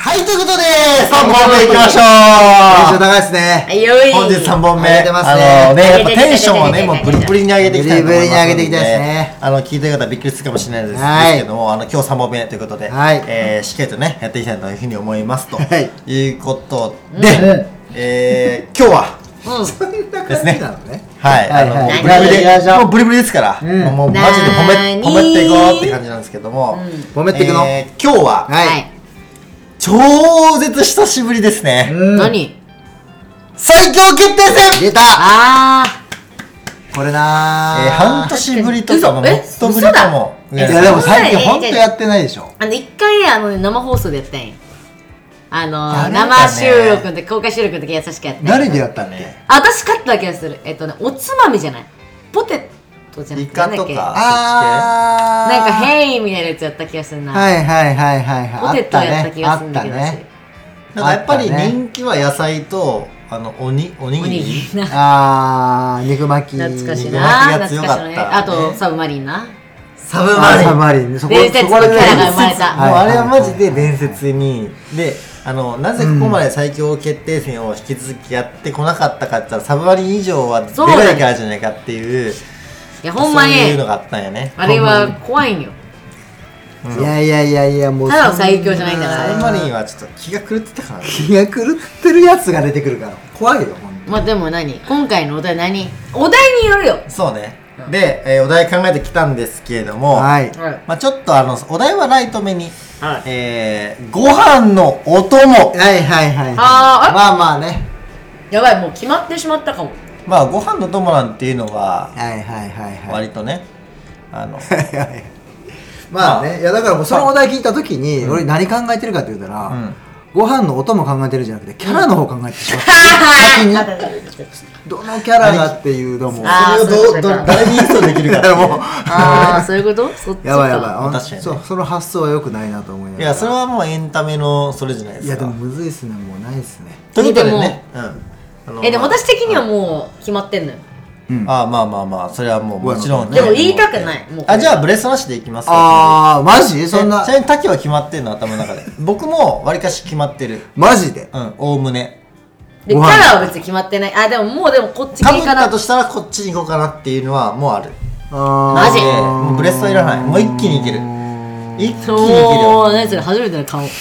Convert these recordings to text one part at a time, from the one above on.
はい、ということで3本目いきましょう。 テンション高いですね。 本日3本目上げてますね。 やっぱテンションをねもうブリブリに上げていきたいと思いますので、 ブリブリに上げていきたいですね。 聞いてる方はびっくりするかもしれないですけども、今日3本目ということで、しっかりとねやっていきたいというふうに思いますということで、今日はですね、はい、もうブリブリですから、もうマジで褒めていこうって感じなんですけども、 褒めていくの。 今日は超絶久しぶりですね。 何？ 最強決定戦出た。これな半年ぶりとかももっとぶりかも。 いやでも最近ほんとやってないでしょ。 一回生放送でやったんや。生収録で公開収録の時優しくやった。 誰でやったっけ？ 私勝った気がする。おつまみじゃない。ポテトじゃなくてイカとかなんかヘイみたいなやつやった気がするな。 はいポテトやった気がするんだけど。 なんかやっぱり人気は野菜とおにぎり。 肉巻き。 懐かしいな。 懐かしいね。 あとサブマリンな。 サブマリン。 伝説のキャラが生まれた。 もうあれはマジで伝説にで。なぜここまで最強決定戦を引き続きやってこなかったかって言ったらサブマリン以上は出ないからじゃないかっていう、 いやほんまにそういうのがあったんやね。 あれは怖いんよ。 いやもうただの最強じゃないんだから。 サブマリンはちょっと気が狂ってたからね。 気が狂ってるやつが出てくるから怖いよほんと。 まあでも今回のお題何？お題によるよ。 そうね。で、お題考えてきたんですけれども、 はい、 まあちょっとお題はライト目に、ご飯のお供。まあね。やばい、もう決まってしまったかも。 まあご飯の供なんていうのは、割とね、 まあね、いやだからもうそのお題聞いたときに、俺何考えてるかって言ったら、ご飯のお供考えてるじゃなくてキャラの方考えてしまった先にどのキャラがっていうのもそれを誰にインストできるかっていうそういうこと？そっちか。 やばいその発想は良くないなと思いながら。 いやそれはもうエンタメのそれじゃないですか。 いやでもむずいっすね、もうないっすね。 ということでね、 でも私的にはもう決まってんのよ。 まあそれはもちろんね。 でも言いたくない。 じゃあブレストなしでいきますか。 マジ？そんな。 ちなみにタキは決まってんの頭の中で。僕もわりかし決まってる。 マジで？ おおむね。 でキャラは別に決まってない。でもこっちかぶったとしたらこっちに行こうかなっていうのはもうある。 マジ？ もうブレストいらない。もう一気にいける。一気にいけるよ。何それ初めての顔。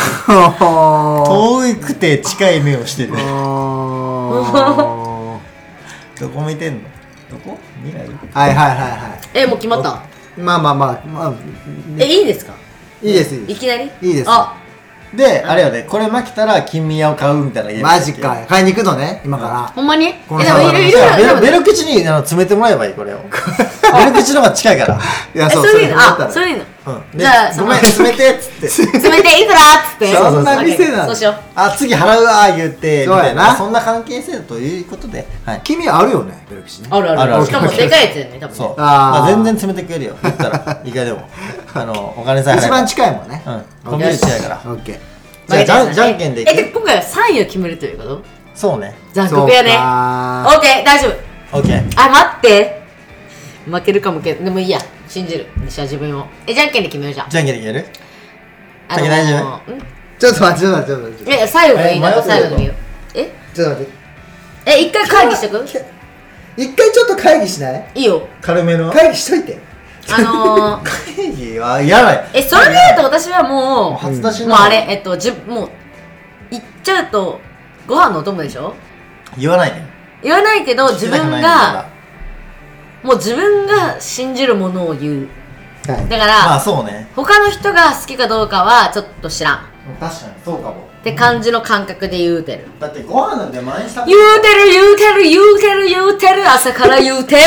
遠くて近い目をしてる。どこ見てんの？どこ？未来？ はい。 もう決まった？ まあ。 いいですか？ いいです。 いきなり？ いいです。 で、あれよね、これ負けたら金宮を買うみたいなゲーム。 マジか。買いに行くのね、今から。 ほんまに？でもベロ口に詰めてもらえばいい、これを。ベロ口の方が近いから。 いや、 そういうの。そういうの。 じゃあごめん、詰めてっつって。 詰めていくらっつって。 そんな店なの。 そうしよう。 次払うわ言って、 そうやな。 そんな関係性ということで。 君あるよね、ベロ口ね。 ある。しかもでかいやつやね、多分。 そう。全然詰めてくれるよ。言ったら、いかでも。お金さえ払えば。 一番近いもんね。 コンビニ近いから。 オッケー。 じゃあじゃんけんでいく。 今回は3位を決めるということ？ そうね。 残酷やね。オッケー、大丈夫。 オッケー。 待って。負けるかもけど、でもいいや。信じる。西は自分を。じゃんけんで決めようじゃん。 じゃんけんで決める？大丈夫？ ちょっと待って。 最後がいいな。最後で見よう。 ちょっと待って。 一回会議しとく？ 一回ちょっと会議しない？ いいよ。 軽めの？ 会議しといて。 会議はやばい。 それで言うと私はもう初出しのもうあれもう言っちゃうとご飯のお供でしょ。 言わないね。 言わないけど自分が信じるものを言う。だからまあそうね。 他の人が好きかどうかはちょっと知らん。 確かにそうかも。 って感じの感覚で言うてる。 だってご飯なんて毎日食べ言うてる朝から言うてる。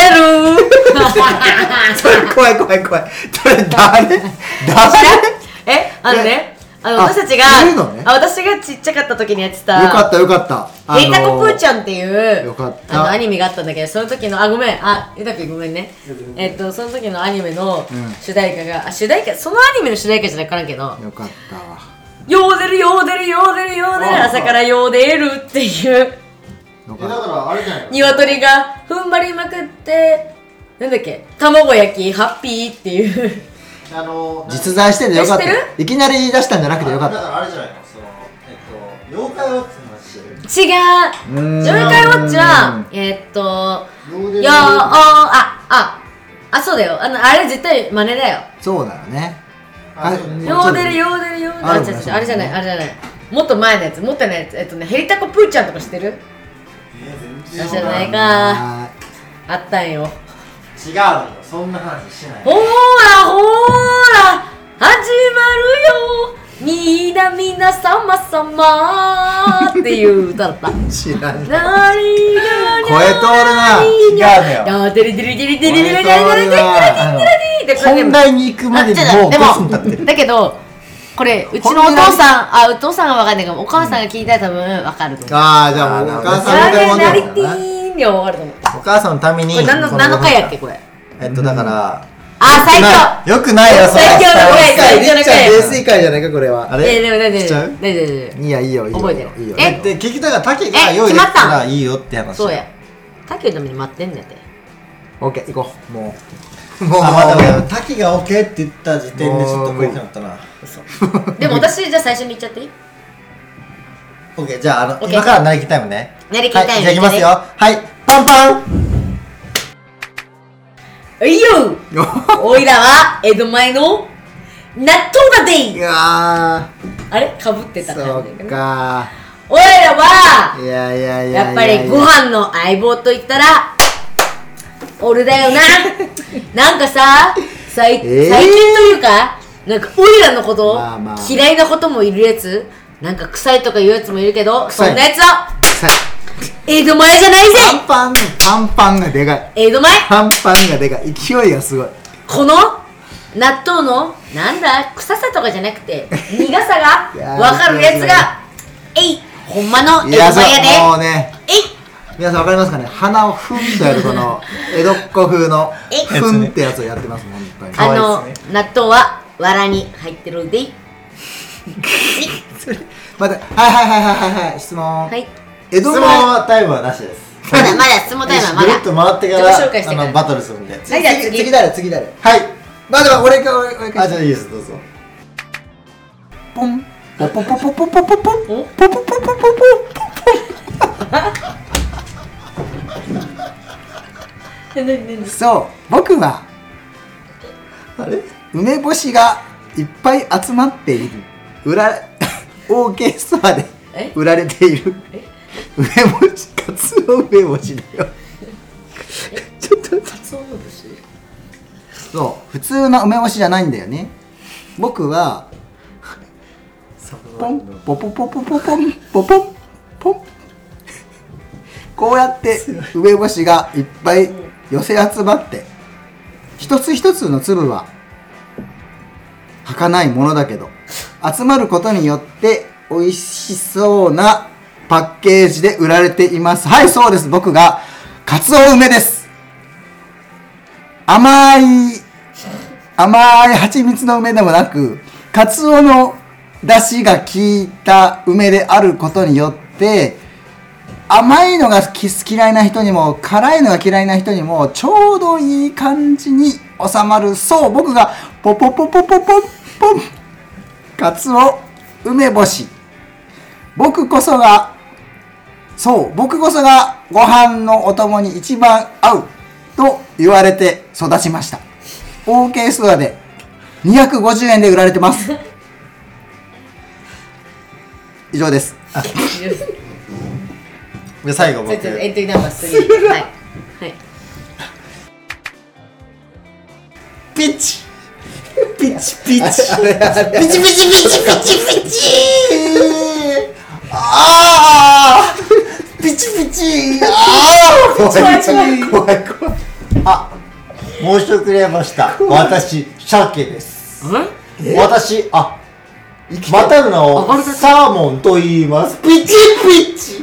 それ怖い。それ誰？ 私たちが私がちっちゃかった時にやってた。 よかった。 ヘイタコプーちゃんっていうアニメがあったんだけど、その時のごめんゆたくんごめんね。その時のアニメの主題歌がそのアニメの主題歌じゃないからんけど。 よかったわ。 ヨーデル朝からヨーデルっていうだからあれじゃないの。 鶏が踏ん張りまくってなんだっけ卵焼きハッピーっていう実在してんでよかった。いきなり出したんじゃなくてよかった。 だからあれじゃないの。 妖怪ウォッチの話。 違う。妖怪ウォッチはそうだよ。あれ絶対真似だよ。 そうだよね。 ヨーデルヨーデルヨーデル。あれじゃないあれじゃない。もっと前のやつもっとのやつヘリタコプーちゃんとか知ってる？知らないか。あったんよ。 違うよ、そんな話しない。 ほーら始まるよ皆様っていう歌だった。 知らない。 声通るな。 違うのよ。 デリデリデリデリデリデリデリデリデリデリ本題に行くまでにもう5分経ってる。 だけどこれうちのお父さんお父さんは分かんないけどお母さんが聞いたら多分分かると思う。 ああじゃあもうお母さんのダリティーンで分かると思う。 お母さんのためにこれ何の回やっけこれ。 だから最強よくないよそれ。 最強の回最強の回。 泥酔会じゃないかこれは。 あれでも大丈夫。 いやいいよいいよ。 覚えてる。 で結局だからタケが用意できたらいいよって話。 そうや。タケのために待ってんねんて。 オッケー行こう。もうタケがオッケーって言った時点でちょっと怖くなったな。 でも私じゃあ最初に言っちゃっていい？ オッケーじゃあ今からなりきタイムね。 なりきタイム。 じゃあいきますよ。はいパンパン。 いいよおいらは江戸前の納豆だでい。 あれかぶってたそうか。 おいらはやっぱりご飯の相棒と言ったら俺だよな。なんかさ最近というかなんかおいらのこと嫌いなこともいるやつなんか臭いとか言うやつもいるけどそんなやつは江戸前じゃないぜ。 パンパンがでかい。 江戸前パンパンがでかい。勢いがすごい。 この納豆のなんだ臭さとかじゃなくて苦さが分かるやつがほんまの江戸前やで。 もうね皆さん分かりますかね。鼻をふんとやるこの江戸っ子風のふんってやつをやってます本当に。 納豆は藁に入ってるで。 待ってはい質問。 はい質問はタイムはなしです。 まだ質問タイムはまだ。 ぐるっと回ってからバトルするんで。 次誰。 はいまあでも俺かじゃあいいですどうぞ。 ポンポポポポポポポポポポポポポポそう僕は梅干しがいっぱい集まっているOK ストアで売られている梅干しカツオ梅干しだよ。ちょっとカツオ梅干しそう普通の梅干しじゃないんだよね。僕はポンポポポポポポンポポンポンこうやって梅干しがいっぱい寄せ集まって一つ一つの粒は儚いものだけど集まることによって美味しそうなパッケージで売られています。はいそうです。僕がカツオ梅です。甘い蜂蜜の梅でもなくカツオの出汁が効いた梅であることによって甘いのが嫌いな人にも辛いのが嫌いな人にもちょうどいい感じに収まる。そう僕がポポポポポポポンカツオ梅干し僕こそがご飯のお供に一番合うと言われて育ちました。 OK ストアで250円で売られてます以上です。 で最後僕エントリーナンバー3はいピッチピチピチピチピチピチピチピチあーピチピチあー怖い申し遅れました。私鮭です。私またの名をサーモンと言います。ピチピチ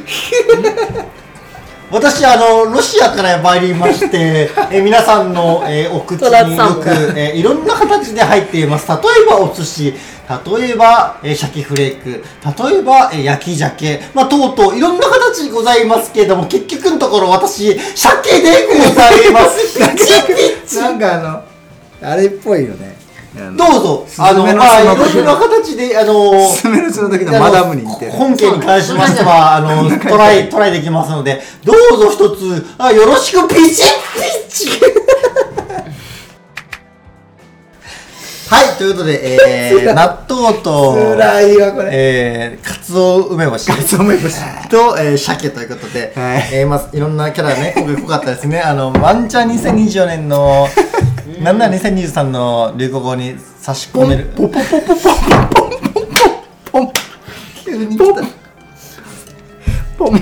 私ロシアから参りまして皆さんの、お口によく、いろんな形で入っています。例えばお寿司、例えば、鮭フレーク、例えば、焼き鮭、とうとういろんな形ございますけれども結局のところ私鮭でございます。ピチピチなんかあれっぽいよね。 どうぞいろんな形でスズメの巣の時のマダムに似てる。 本家に関しましてはトライできますので、どうぞ一つよろしくピチピチはい、ということで、納豆と辛いわこれ、 かつお梅干しと、鮭ということで、いろんなキャラね、今回濃かったですね。ワンチャン2024年のなんなら2023の流行語に差し込めるポンポンポンポンポンポンポンポン急に来たポン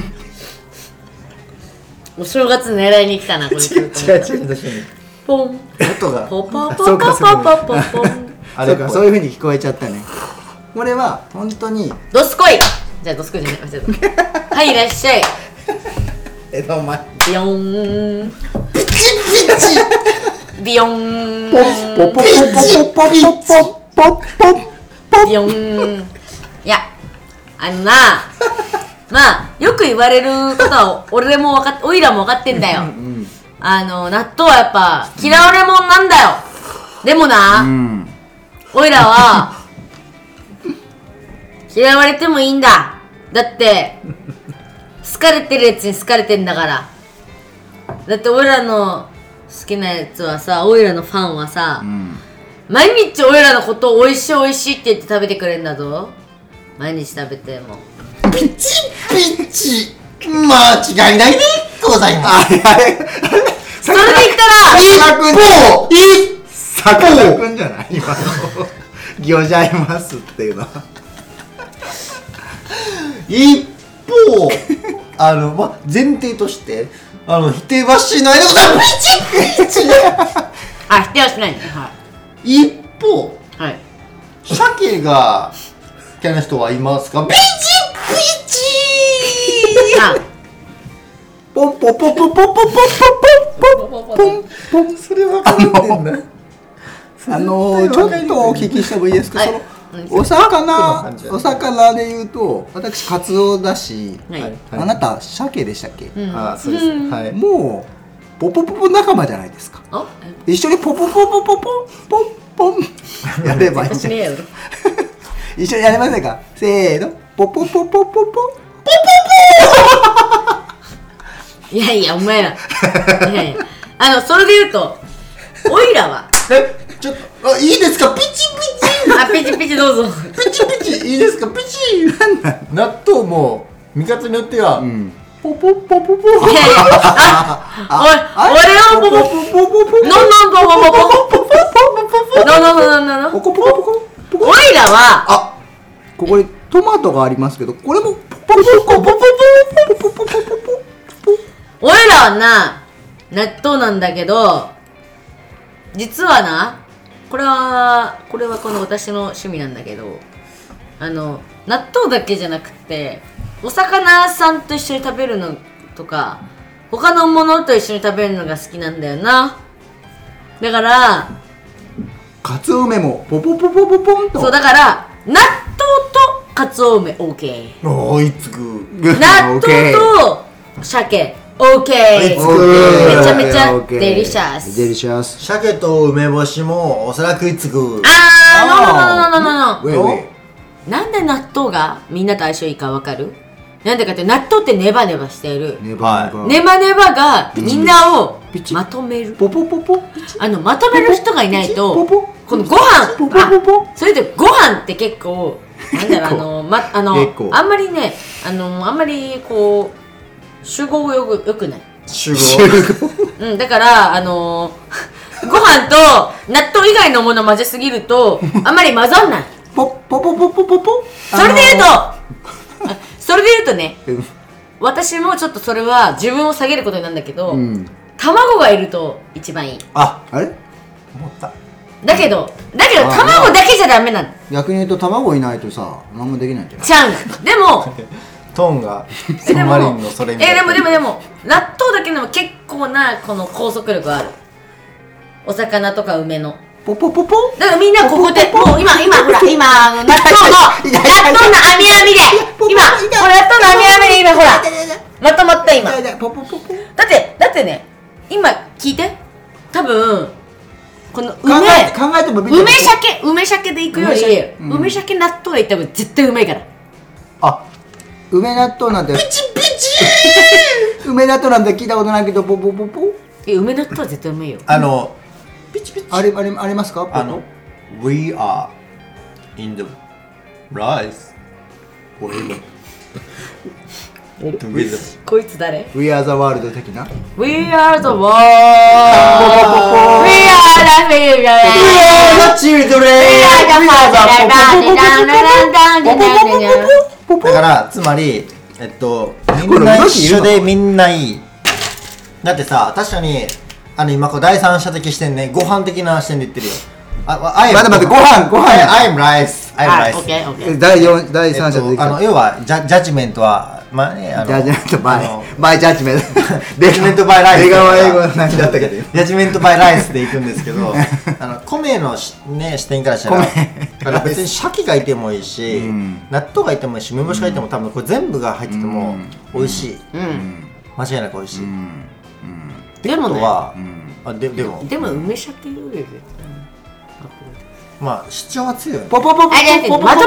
お正月狙いに来たなこれ。 違うポン音がポポポポポポポポン。 そういう風に聞こえちゃったね。これは本当にドスコイ。じゃあドスコイじゃない。はいいらっしゃい。 お前ビヨンピチピチビヨンポポポポポポポポポビヨン。いやまあよく言われることは俺もおいらも分かってんだよ。納豆はやっぱ嫌われ者なんだよ。でもな、おいらは嫌われてもいいんだ。だって好かれてるやつに好かれてんだから。だっておいらの好きなやつはさ、おいらのファンはさ、毎日おいらのことをおいしいおいしいって言って食べてくれんだぞ。毎日食べてもピチピチ間違いないでございます。 それで言ったらさかなクンじゃない今のギョジャイマスっていうのは一方前提として否定はしないでございます。ピチピチ否定はしないんだ。 一方鮭が嫌いな人はいますか。ピチピチポンポンポンポンポンポンポンポンポンポン。 それ分かってんだ。 ちょっとお聞きしてもいいですか。お魚で言うと私カツオだし、あなた鮭でしたっけ。 そうです。 もうポポポポ仲間じゃないですか。一緒にポポポポポポポンポンやればいいじゃん。一緒にやれませんか。せーのポポポポポポポポポ。 いやいやお前らそれで言うとおいらはちょっといいですか。ピチピチピチピチどうぞ。 ピチピチいいですか。ピチ納豆も味方によってはポポポポポ。いやいや俺をポポポポポポノンノンポポポポノンノンノンノンポコポコポコ。 おいらはここにトマトがありますけど、これもポポポポポポポポポポポポ。 おいらは納豆なんだけど、実はこれはこの私の趣味なんだけど、納豆だけじゃなくてお魚さんと一緒に食べるのとか他のものと一緒に食べるのが好きなんだよな。だからカツオ梅もポポポポポポンと。 そうだから納豆とカツオ梅 OK。 おいつく納豆と鮭OK。めちゃめちゃデリシャス。 デリシャス。 鮭と梅干しもおそらくいつく。 ノなんで納豆がみんなと相性いいかわかる？なんでかって納豆ってネバネバしている。ネバネバがみんなをまとめる。 ポポポポ。 まとめる人がいないとこのご飯それでご飯って結構なんだろうあんまりねあんまりこう集合よくない。 集合だからご飯と納豆以外のもの混ぜすぎるとあんまり混ざんない。 ポポポポポポポ。 それで言うとね、私もちょっとそれは自分を下げることなんだけど、卵がいると一番いい。 あれ思った。 だけど卵だけじゃダメなの。 逆に言うと卵いないとさ何もできないんじゃない。 ちゃうの。でもトーンがサンマリンのそれみたいな。 でも納豆だけでも結構なこの拘束力ある。お魚とか梅のポポポポ。 だからみんなここでもう今ほら納豆の網で今これ納豆の網で今ほらまとまった今。だってね今聞いて多分この考えても梅鮭でいくより梅鮭納豆でいった方が絶対うまいから。 あ、梅納豆なんてピチピチ梅納豆なんて聞いたことないけどポポポポ。 梅納豆は絶対うまいよ。 ピチピチありますか？ We are in the rice こいつ誰？ We are the world 的な We are the world We are the children だからつまりみんな一緒でみんないい。だってさ、確かに今こう第三者的視点ね、ご飯的な視点で言ってるよ。 待ってご飯 I'm rice 第三者で要はジャッジメントはジャッジメントバイジャッジメントジャッジメントバイライス英語の何だったっけジャッジメントバイライスでいくんですけど米のね視点からしたら別に鮭がいてもいいし、納豆がいてもいいし、梅干しがいても多分これ全部が入ってても美味しい。間違いなく美味しい。 でもね、 でも梅鮭よりまあ主張は強い。 ポポポポポポポ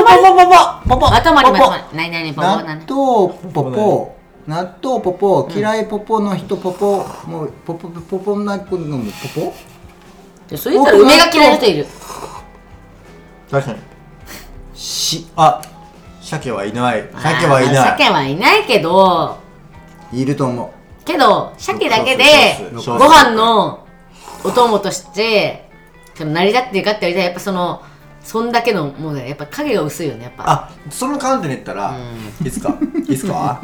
納豆ポポ嫌いポポの人ポポもうポポポポなくのもポポ。 それ言ったら梅が嫌いな人いる。 確かに。鮭はいない。鮭はいないけど。 いると思う。 けど鮭だけでご飯のお供として成り立ってるかって言われたらやっぱそんだけのものでやっぱ影が薄いよねやっぱ。 その観点で言ったらいいっすかはい。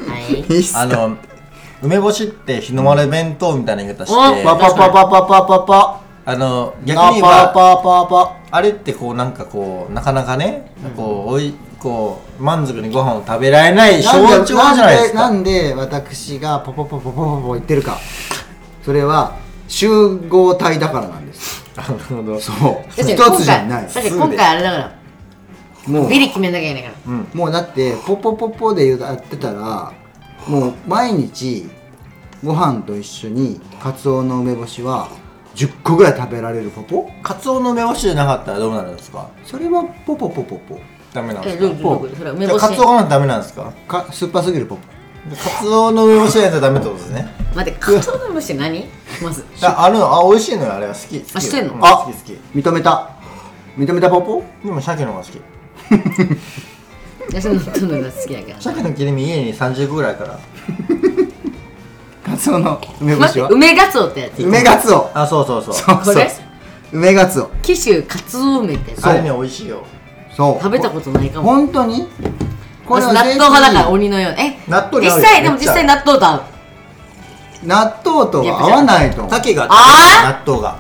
梅干しって日の丸弁当みたいな言い方してパパパパパパパパ逆にはあれってこうなんかこうなかなかねこう満足にご飯を食べられない象徴じゃないですか。 なんで私がポポポポポポポ言ってるか、それは集合体だからなんです。 なるほど。 そう一つじゃない。 今回あれだからもうビリ決めなきゃいけないから、 もうだってポポポポでやってたらもう毎日ご飯と一緒にカツオの梅干しは10個ぐらい食べられるポポ。 カツオの梅干しじゃなかったらどうなるんですか？ それはポポポポポダメなんですか？ じゃカツオがダメなんですか？ 酸っぱすぎるポポ。 カツオの梅干しやったらダメってことですね。 待って、カツオの梅干し何？まず美味しいのよあれは好き。 知ってんの？ 好き。 認めたポポ。 でも鮭の方が好き。 私のトンが好きだけど鮭の切り身家に30個ぐらいからカツオの梅干しは梅ガツオってやつ。 梅ガツオ。 そうこれ梅ガツオ紀州カツオ梅ってやつ。 あれね美味しいよ。 そう食べたことないかも。 本当にこれ納豆派だから鬼のように実際納豆と合う。 納豆とは合わないと。 鮭が納豆が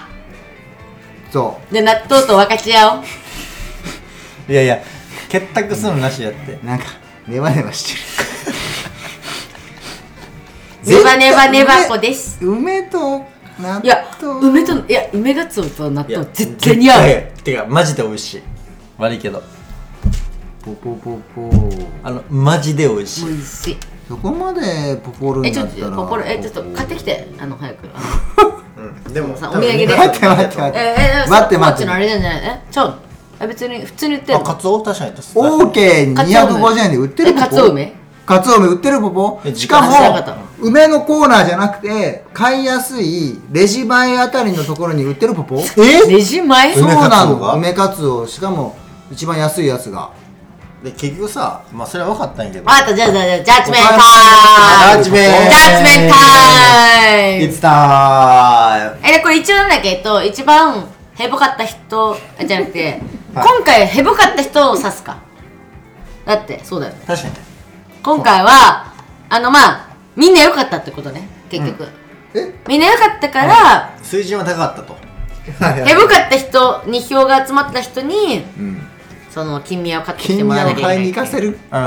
そうで納豆と分かち合おう。 いや結託するのなしやって。 なんかネバネバしてる。ネバネバネバ子です。 梅と納豆。 梅ガツオと納豆絶対に合う。 てかマジで美味しい。悪いけどポポポポマジで美味しい。 美味しい。 そこまでポポるんだったらちょっと買ってきて早く。 でもさお土産で待ってこっちのあれなんじゃない別に普通に売ってるの。 カツオ確かに OK250円で売ってるポポ。 カツオ梅売ってるポポ。しかも梅のコーナーじゃなくて買いやすいレジ前あたりのところに売ってるポポ。 レジ前？ そうなの。梅カツオしかも一番安いやつがで結局さそれは分かったんやけど。 じゃあジャッジメントタイム。 It's time。 これ一応なんだけど一番ヘボかった人じゃなくて今回ヘボかった人を指すか。だってそうだよね。 確かに今回はみんな良かったってことね結局。みんな良かったから水準は高かったと。 ヘボかった人に票が集まった人にその金宮を買ってきてもらわなきゃいけない。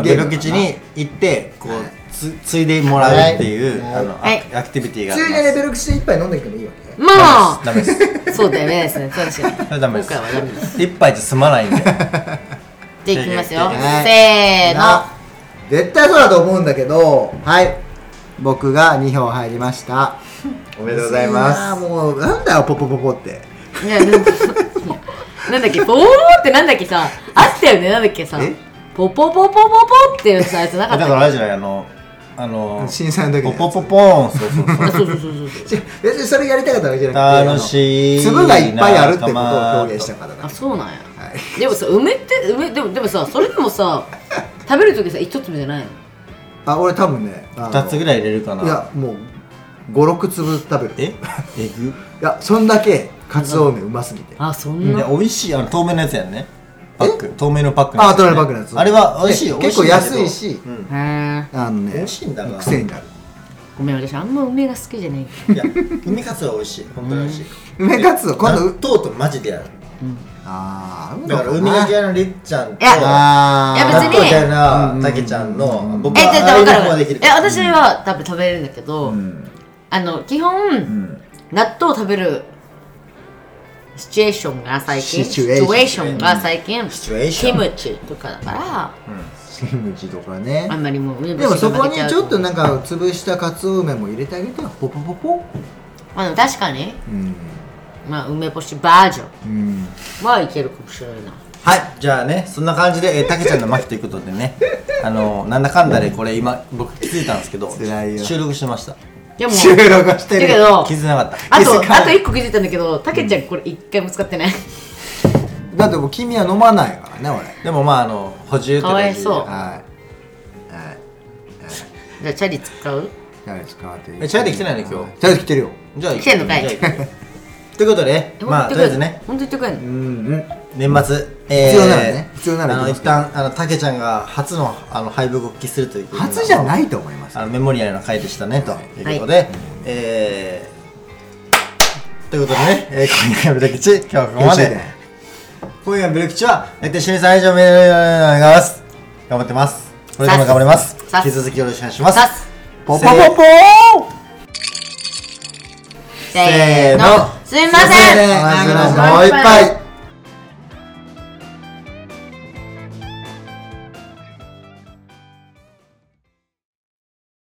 ベロ吉に行ってこうついでもらうっていうアクティビティがあります。 普通にベロ吉一杯飲んできてもいいわけ？ もうダメです。 そうだよねですね。そうですよ。 それダメです。 今回はダメです。 一杯じゃ済まないんで。 じゃあいきますよ。せーの。 絶対そうだと思うんだけど、はい僕が2票入りました。 おめでとうございます。 もうなんだよポポポポっていやなんだっけポーってなんだっけさあったよねなんだっけさポポポポポポっていうさやつなかったっけ。 だからあれじゃない震災の時ポポポポーンそう別にそれやりたかったわけじゃなくて楽しい粒がいっぱいあるってことを表現したからだ。 あそうなんや、でもさ梅でもさそれでもさ食べるときさ一粒じゃないの。 あ俺多分ね 2つぐらい入れるかな。 いやもう 5,6 粒食べる。 えぐいやそんだけかつお梅うますぎて。 あそんな美味しい透明のやつやんね。パック透明のパック透明のパックのやつ。 あれは美味しいよ。 結構安いしへ美味しいんだから癖になる。 ごめん私あんま梅が好きじゃない。 いや梅かつは美味しい本当に美味しい。 梅かつ今度納豆とマジでやる。だから海が嫌いのりっちゃんといや別に嫌いなたけちゃんの僕は分かる方できる。 私は多分食べれるんだけど基本納豆を食べるシチュエーションが最近キムチとかだからキムチとかね。 あんまりもうでもそこにちょっとなんか潰したかつお梅も入れてあげてよ。ポポポポ。 確かにまあ梅干しバージョンはいけるかもしれないな。 はいじゃあねそんな感じでたけちゃんの巻ということでねなんだかんだでこれ今僕気づいたんですけど収録してました。 でも収録してるけど気づかなかった。 あと1個気づいたんだけどたけちゃんこれ1回も使ってない。 だってもう君は飲まないからね俺。 でもまあ補充とかわいそう。じゃあチャリ使う？ チャリ使ってチャリ来てないの今日。 チャリ来てるよ。 じゃあ来てんのかい。 ということでまあとりあえずね本当に言ってくれんの？ 年末必要ならね必要なら一旦たけちゃんが初の敗北を復帰するという初じゃないと思います。 メモリアルな回でしたねということでということでね今夜のベル吉今日はここまで。今夜のベル吉は大体週に3以上メールをお願いします。頑張ってます。これからも頑張ります。引き続きよろしくお願いします。 ポポポポーせーのすみませんもう一杯